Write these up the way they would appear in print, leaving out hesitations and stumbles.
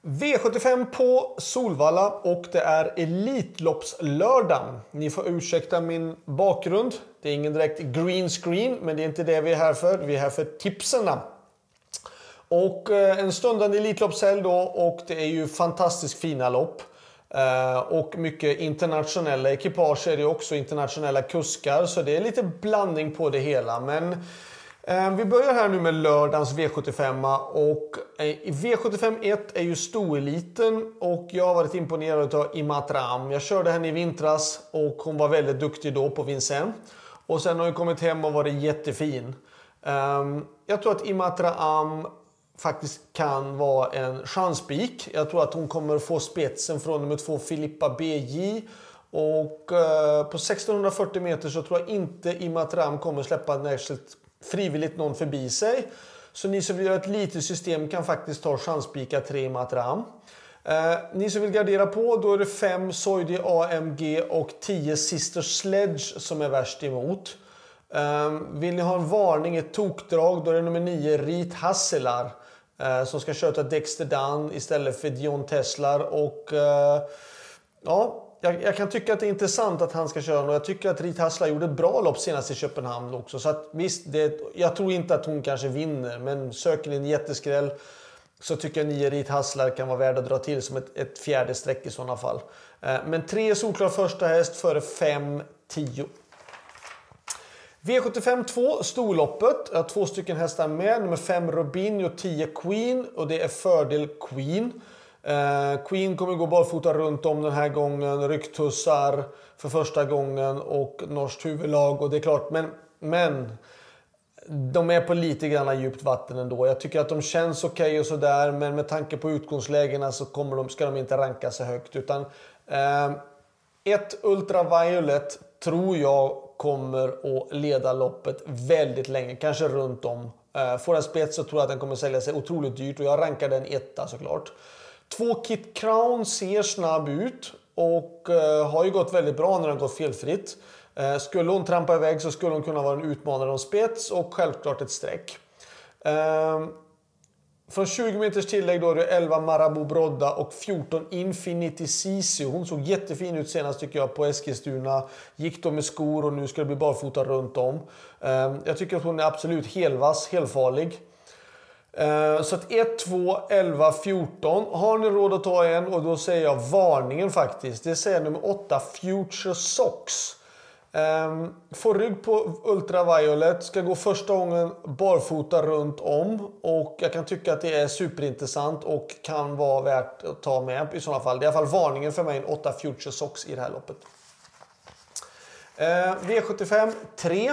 V75 på Solvalla och det är Elitloppslördagen. Ni får ursäkta min bakgrund. Det är ingen direkt green screen, men det är inte det vi är här för. Vi är här för tipserna. Och en stundande Elitloppshelg då, och det är ju fantastiskt fina lopp. Och mycket internationella ekipage är det också, internationella kuskar. Så det är lite blandning på det hela, men... Vi börjar här nu med lördagens V75 och V75 1 är ju stoeliten och jag har varit imponerad av Imatram. Jag körde henne i vintras och hon var väldigt duktig då på Vincennes. Och sen har hon kommit hem och varit jättefin. Jag tror att Imatram faktiskt kan vara en chanspik. Jag tror att hon kommer få spetsen från nummer 2 Filippa BJ. Och på 1640 meter så tror jag inte Imatram kommer släppa närskilt frivilligt någon förbi sig. Så ni som vill göra ett litet system kan faktiskt ta chanspika 3 i Matram. Ni som vill gardera på, då är det 5 Soidi AMG och 10 Sister Sledge som är värst emot. Vill ni ha en varning, ett tokdrag, då är det nummer 9 Rit Hasselar som ska köta Dexter Dunn istället för Dion Teslar. Och ja... Jag kan tycka att det är intressant att han ska köra, och jag tycker att Rit Hassler gjorde ett bra lopp senast i Köpenhamn också. Så att visst, jag tror inte att hon kanske vinner, men söker ni en jätteskräll så tycker jag 9 Rit Hassler kan vara värd att dra till som ett fjärde streck i sådana fall. Men 3 solklar första häst före 5-10. V75 2, storloppet. Jag har 2 stycken hästar med. Nummer 5 Robin och 10 Queen, och det är fördel Queen. Queen kommer gå barfota runt om den här gången, rycktussar för första gången och norskt huvudlag, och det är klart, men de är på lite grann djupt vatten ändå. Jag tycker att de känns okej och sådär, men med tanke på utgångslägena så ska de inte ranka så högt, utan ett Ultraviolet tror jag kommer att leda loppet väldigt länge, kanske runt om. Får en spets så tror jag att den kommer sälja sig otroligt dyrt, och jag rankar den etta såklart. 2 Kit Crown ser snabb ut och har ju gått väldigt bra när den gått felfritt. Skulle hon trampa iväg så skulle hon kunna vara en utmanare om spets och självklart ett streck. Från 20 meters tillägg då är det 11 Marabou Brodda och 14 Infinity Sisu. Hon såg jättefin ut senast tycker jag på Eskilstuna. Gick då med skor och nu ska det bli barfota runt om. Jag tycker att hon är absolut helvass, helfarlig. Så att 1, 2, 11, 14. Har ni råd att ta en? Och då säger jag varningen faktiskt. Det säger nummer 8 Future Socks. Får rygg på Ultraviolet. Ska gå första gången barfota runt om. Och jag kan tycka att det är superintressant och kan vara värt att ta med i sådana fall. Det är i alla fall varningen för mig, en 8 Future Socks i det här loppet. V75 3.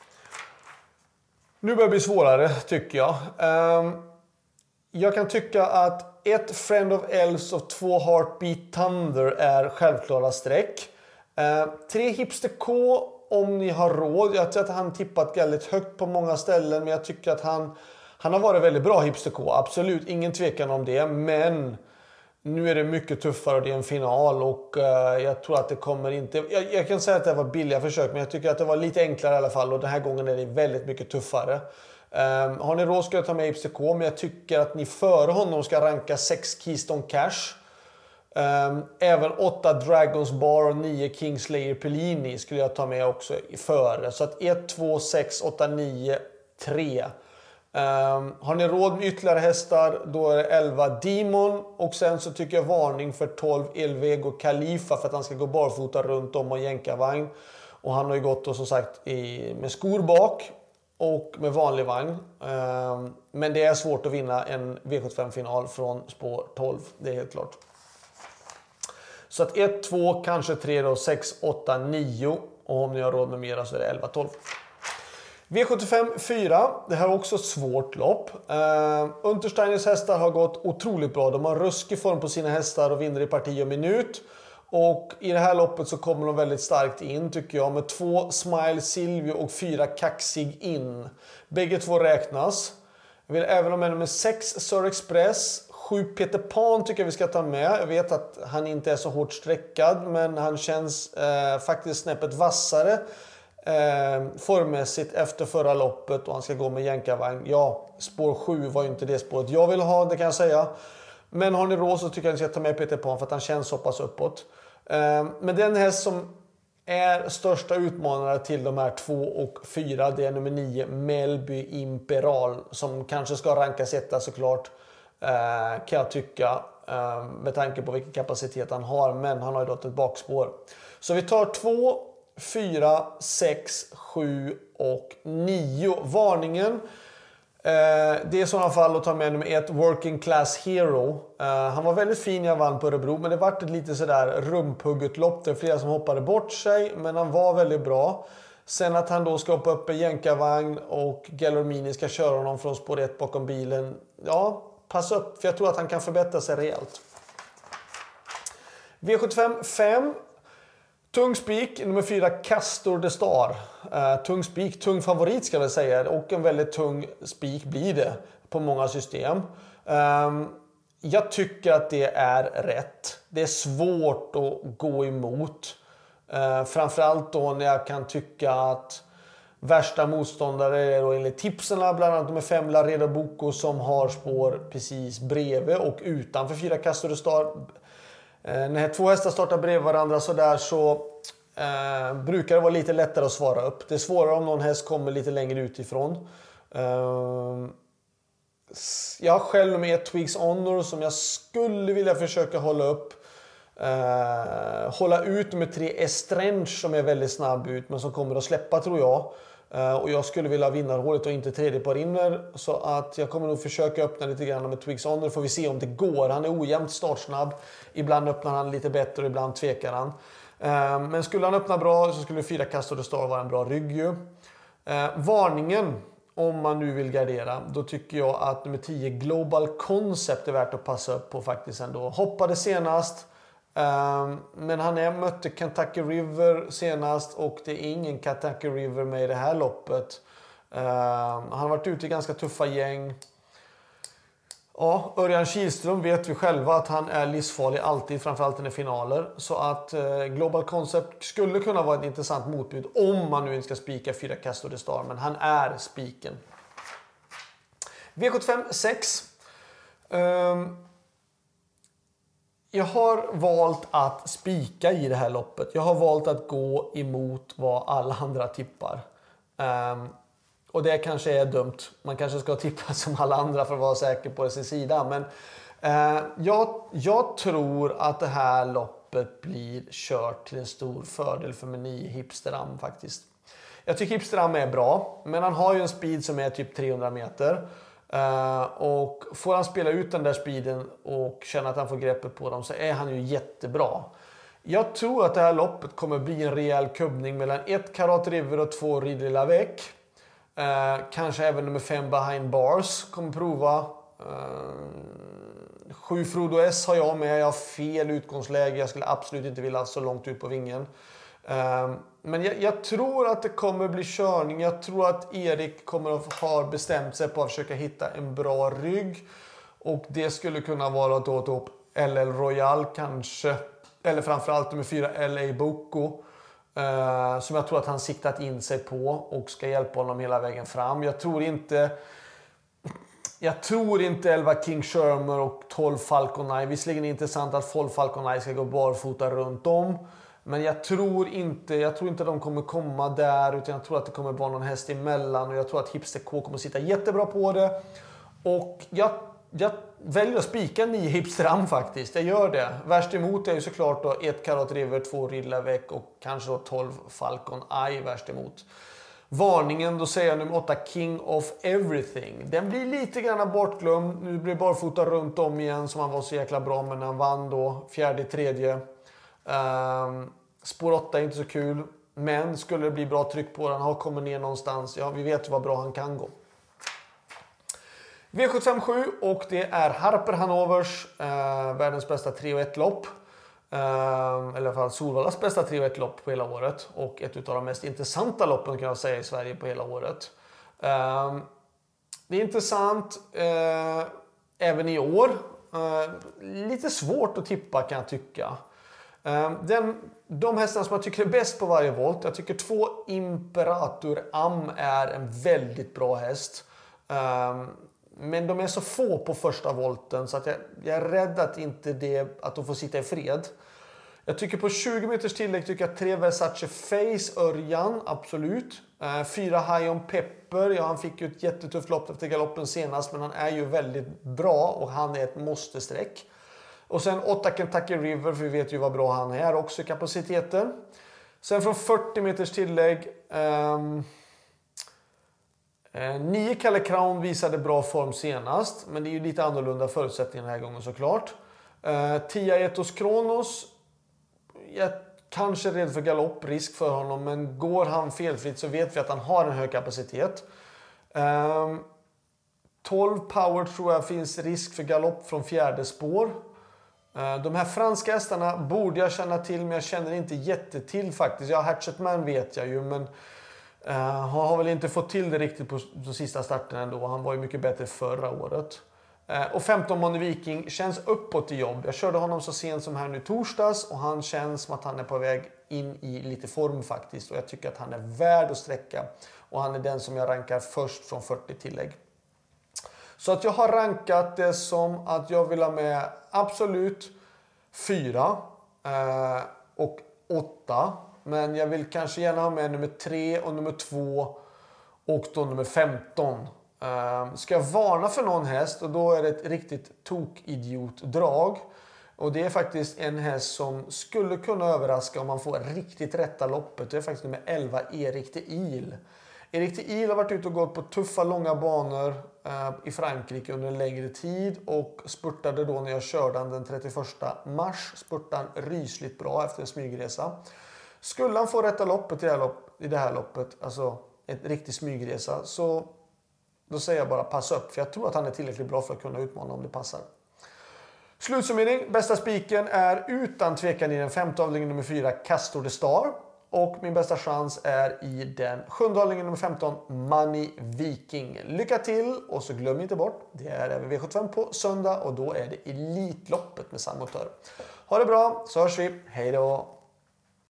Nu börjar det bli svårare tycker jag. Jag kan tycka att 1 Friend of Elves och 2 Heartbeat Thunder är självklara streck. 3 Hipster K om ni har råd. Jag tror att han tippat väldigt högt på många ställen, men jag tycker att han har varit väldigt bra, Hipster K. Absolut, ingen tvekan om det, men nu är det mycket tuffare och det är en final, och jag tror att det kommer inte... Jag kan säga att det var billiga försök, men jag tycker att det var lite enklare i alla fall, och den här gången är det väldigt mycket tuffare. Har ni råd ska jag ta med Hipster K, men jag tycker att ni före honom ska ranka 6 Keystone Cash. Även 8 Dragons Bar och 9 Kingslayer Pellini skulle jag ta med också före. Så att 1, 2, 6, 8, 9, 3. Har ni råd med ytterligare hästar, då är det 11 Demon, och sen så tycker jag varning för 12 Elvego Khalifa för att han ska gå barfota runt om och jänkarvagn. Och han har ju gått då, som sagt med skor bak och med vanlig vagn. Men det är svårt att vinna en V75-final från spår 12, det är helt klart. Så att 1, 2, kanske 3 då, 6, 8, 9, och om ni har råd med mera så är det 11, 12. V75 4, det här är också ett svårt lopp. Untersteiners hästar har gått otroligt bra. De har ruskig form på sina hästar och vinner i parti och minut. Och i det här loppet så kommer de väldigt starkt in tycker jag, med 2 Smile Silvio och 4 Kaxig in. Bägge två räknas. Jag vill även ha med nummer 6 Sir Express. 7 Peter Pan tycker jag vi ska ta med. Jag vet att han inte är så hårt sträckad, men han känns faktiskt snäppet vassare formmässigt efter förra loppet, och han ska gå med jänkarvagn. Ja, spår 7 var ju inte det spåret jag vill ha, det kan jag säga. Men har ni råd så tycker jag att ni ska ta med Peter Pan för att han känns så pass uppåt. Men den häst som är största utmanare till de här 2 och 4, det är nummer 9 Melby Imperal, som kanske ska rankas etta såklart, kan jag tycka, med tanke på vilken kapacitet han har, men han har ju då ett bakspår. Så vi tar 2, 4, 6, 7 och 9. Varningen, det är i sådana fall att ta med nummer 1 Working Class Hero. Han var väldigt fin när jag vann på Örebro, men det vart ett lite sådär rumphugget lopp. Det är flera som hoppade bort sig, men han var väldigt bra. Sen att han då ska hoppa upp en jänkarvagn och Gelormini ska köra honom från spår 1 bakom bilen. Ja, pass upp, för jag tror att han kan förbättra sig rejält. V75 5. Tung spik, nummer 4 Castor de Star. Tung spik, tung favorit ska jag säga. Och en väldigt tung spik blir det på många system. Jag tycker att det är rätt. Det är svårt att gå emot. Framförallt då när jag kan tycka att värsta motståndare är då enligt tipsen bland annat nummer 5 Laredo Boko, som har spår precis bredvid och utanför 4 Castor de Star. När 2 hästar startar bredvid varandra så där, så brukar det vara lite lättare att svara upp. Det är svårare om någon häst kommer lite längre utifrån. Jag har själv med Twigs Honor som jag skulle vilja försöka hålla upp. Hålla ut med 3 Estrange som är väldigt snabb ut, men som kommer att släppa tror jag. Och jag skulle vilja vinna hålet och inte tredje par inner. Så att jag kommer nog försöka öppna lite grann med Twigs Honor. Får vi se om det går. Han är ojämnt startsnabb. Ibland öppnar han lite bättre och ibland tvekar han. Men skulle han öppna bra så skulle 4 Castor de Star vara en bra rygg ju. Varningen, om man nu vill gardera, då tycker jag att nummer 10 Global Concept är värt att passa upp på faktiskt ändå. Hoppade senast. Men han mötte Kentucky River senast och det är ingen Kentucky River med i det här loppet. Han har varit ute i ganska tuffa gäng. Ja, Örjan Kihlström vet vi själva att han är livsfarlig alltid, framförallt i finaler. Så att Global Concept skulle kunna vara ett intressant motbud om man nu inte ska spika 4 Castor de Star, men han är spiken. V75 6. Jag har valt att spika i det här loppet. Jag har valt att gå emot vad alla andra tippar. Och det kanske är dumt. Man kanske ska tippa som alla andra för att vara säker på sin sida. Men jag tror att det här loppet blir kört till en stor fördel för min 9 Hipsteram faktiskt. Jag tycker Hipsteram är bra, men han har ju en speed som är typ 300 meter. Och får han spela ut den där speeden och känna att han får greppet på dem, så är han ju jättebra. Jag tror att det här loppet kommer bli en rejäl kubbning mellan 1 Karat River och 2 Ridley Lavec. Kanske även nummer 5 Behind Bars kommer prova. 7 Frodo S har jag med. Jag har fel utgångsläge. Jag skulle absolut inte vilja så långt ut på vingen. Men jag tror att det kommer bli körning. Jag tror att Erik kommer att ha bestämt sig på att försöka hitta en bra rygg. Och det skulle kunna vara då LL Royal kanske. Eller framförallt nummer 4 LA Boko. Som jag tror att han siktat in sig på och ska hjälpa honom hela vägen fram. Jag tror inte 11 King Shermer och 12 Falcon Eye. Visserligen är det intressant att 12 Falcon Eye ska gå barfota runt om. Men jag tror inte de kommer komma där, utan jag tror att det kommer vara någon häst emellan. Och jag tror att Hipster K kommer sitta jättebra på det. Och jag väljer att spika 9 Hipsteram faktiskt. Jag gör det. Värst emot är ju såklart då 1 Karat River, 2 Ridley Lavec och kanske då 12 Falcon Eye värst emot. Varningen, då säger jag nummer 8 King of Everything. Den blir lite grann bortglömd. Nu blir barfota runt om igen som han var så jäkla bra med när han vann då. 4:e. Spår 8 är inte så kul. Men skulle det bli bra tryck på den, han kommer ner någonstans. Ja, vi vet vad bra han kan gå. V757 och det är Harper Hanovers världens bästa 3-1-lopp. Eller i alla fall Solvallas bästa 3-1-lopp på hela året. Och ett av de mest intressanta loppen kan jag säga i Sverige på hela året. Det är intressant även i år. Lite svårt att tippa kan jag tycka. De hästarna som jag tycker är bäst på varje volt. Jag tycker 2 Imperator Am är en väldigt bra häst. Men de är så få på första volten så att jag är rädd att de får sitta i fred. Jag tycker på 20 meters tillägg tycker jag 3 Versace Face, Örjan, absolut. 4 High On Pepper, ja han fick ju ett jättetufft lopp efter galoppen senast, men han är ju väldigt bra och han är ett måste-streck. Och sen 8 Kentucky River, för vi vet ju vad bra han är också i kapaciteten. Sen från 40 meters tillägg 9 Kalle Crown visade bra form senast, men det är ju lite annorlunda förutsättningar den här gången såklart. 10 Etos Kronos, jag kanske är rädd för galopp, risk för honom, men går han felfritt så vet vi att han har en hög kapacitet. 12 Power tror jag finns risk för galopp från fjärde spår. De här franska hästarna borde jag känna till, men jag känner inte jättetill faktiskt. Ja, Hatchetman vet jag ju, men har väl inte fått till det riktigt på de sista starten ändå. Han var ju mycket bättre förra året. Och 15 Money Viking känns uppåt i jobb. Jag körde honom så sent som här nu torsdags och han känns som att han är på väg in i lite form faktiskt. Och jag tycker att han är värd att sträcka. Och han är den som jag rankar först från 40 tillägg. Så att jag har rankat det som att jag vill ha med absolut 4 och 8. Men jag vill kanske gärna ha med nummer 3 och nummer 2 och då nummer 15. Ska jag varna för någon häst, och då är det ett riktigt tokidiotdrag. Och det är faktiskt en häst som skulle kunna överraska om man får riktigt rätta loppet. Det är faktiskt nummer 11 Erik de Il. Erik de Il har varit ute och gått på tuffa långa banor i Frankrike under en längre tid och spurtade då när jag körde han den 31 mars. Spurtade han rysligt bra efter en smygresa. Skulle han få rätta loppet i det här loppet, alltså ett riktigt smygresa, så då säger jag bara pass upp, för jag tror att han är tillräckligt bra för att kunna utmana om det passar. Slutsummering, bästa spiken är utan tvekan i den 5:e avdelningen nummer 4 Castor de Star. Och min bästa chans är i den 7:e avdelningen nummer 15 Money Viking. Lycka till, och så glöm inte bort, det är även V75 på söndag och då är det Elitloppet med samma motör. Ha det bra, så hörs vi, hej då!